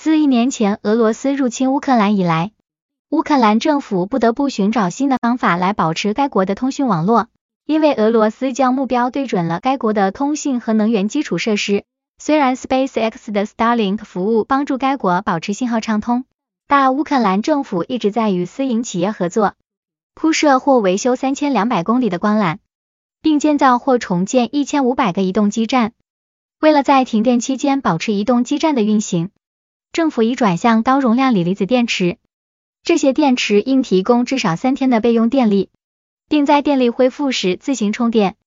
自1年前俄罗斯入侵乌克兰以来，乌克兰政府不得不寻找新的方法来保持该国的通讯网络，因为俄罗斯将目标对准了该国的通信和能源基础设施。虽然 SpaceX 的 Starlink 服务帮助该国保持信号畅通，但乌克兰政府一直在与私营企业合作，铺设或维修3200公里的光缆，并建造或重建1500个移动基站。为了在停电期间保持移动基站的运行，政府已转向高容量锂离子电池。这些电池应提供至少3天的备用电力，并在电力恢复时自行充电。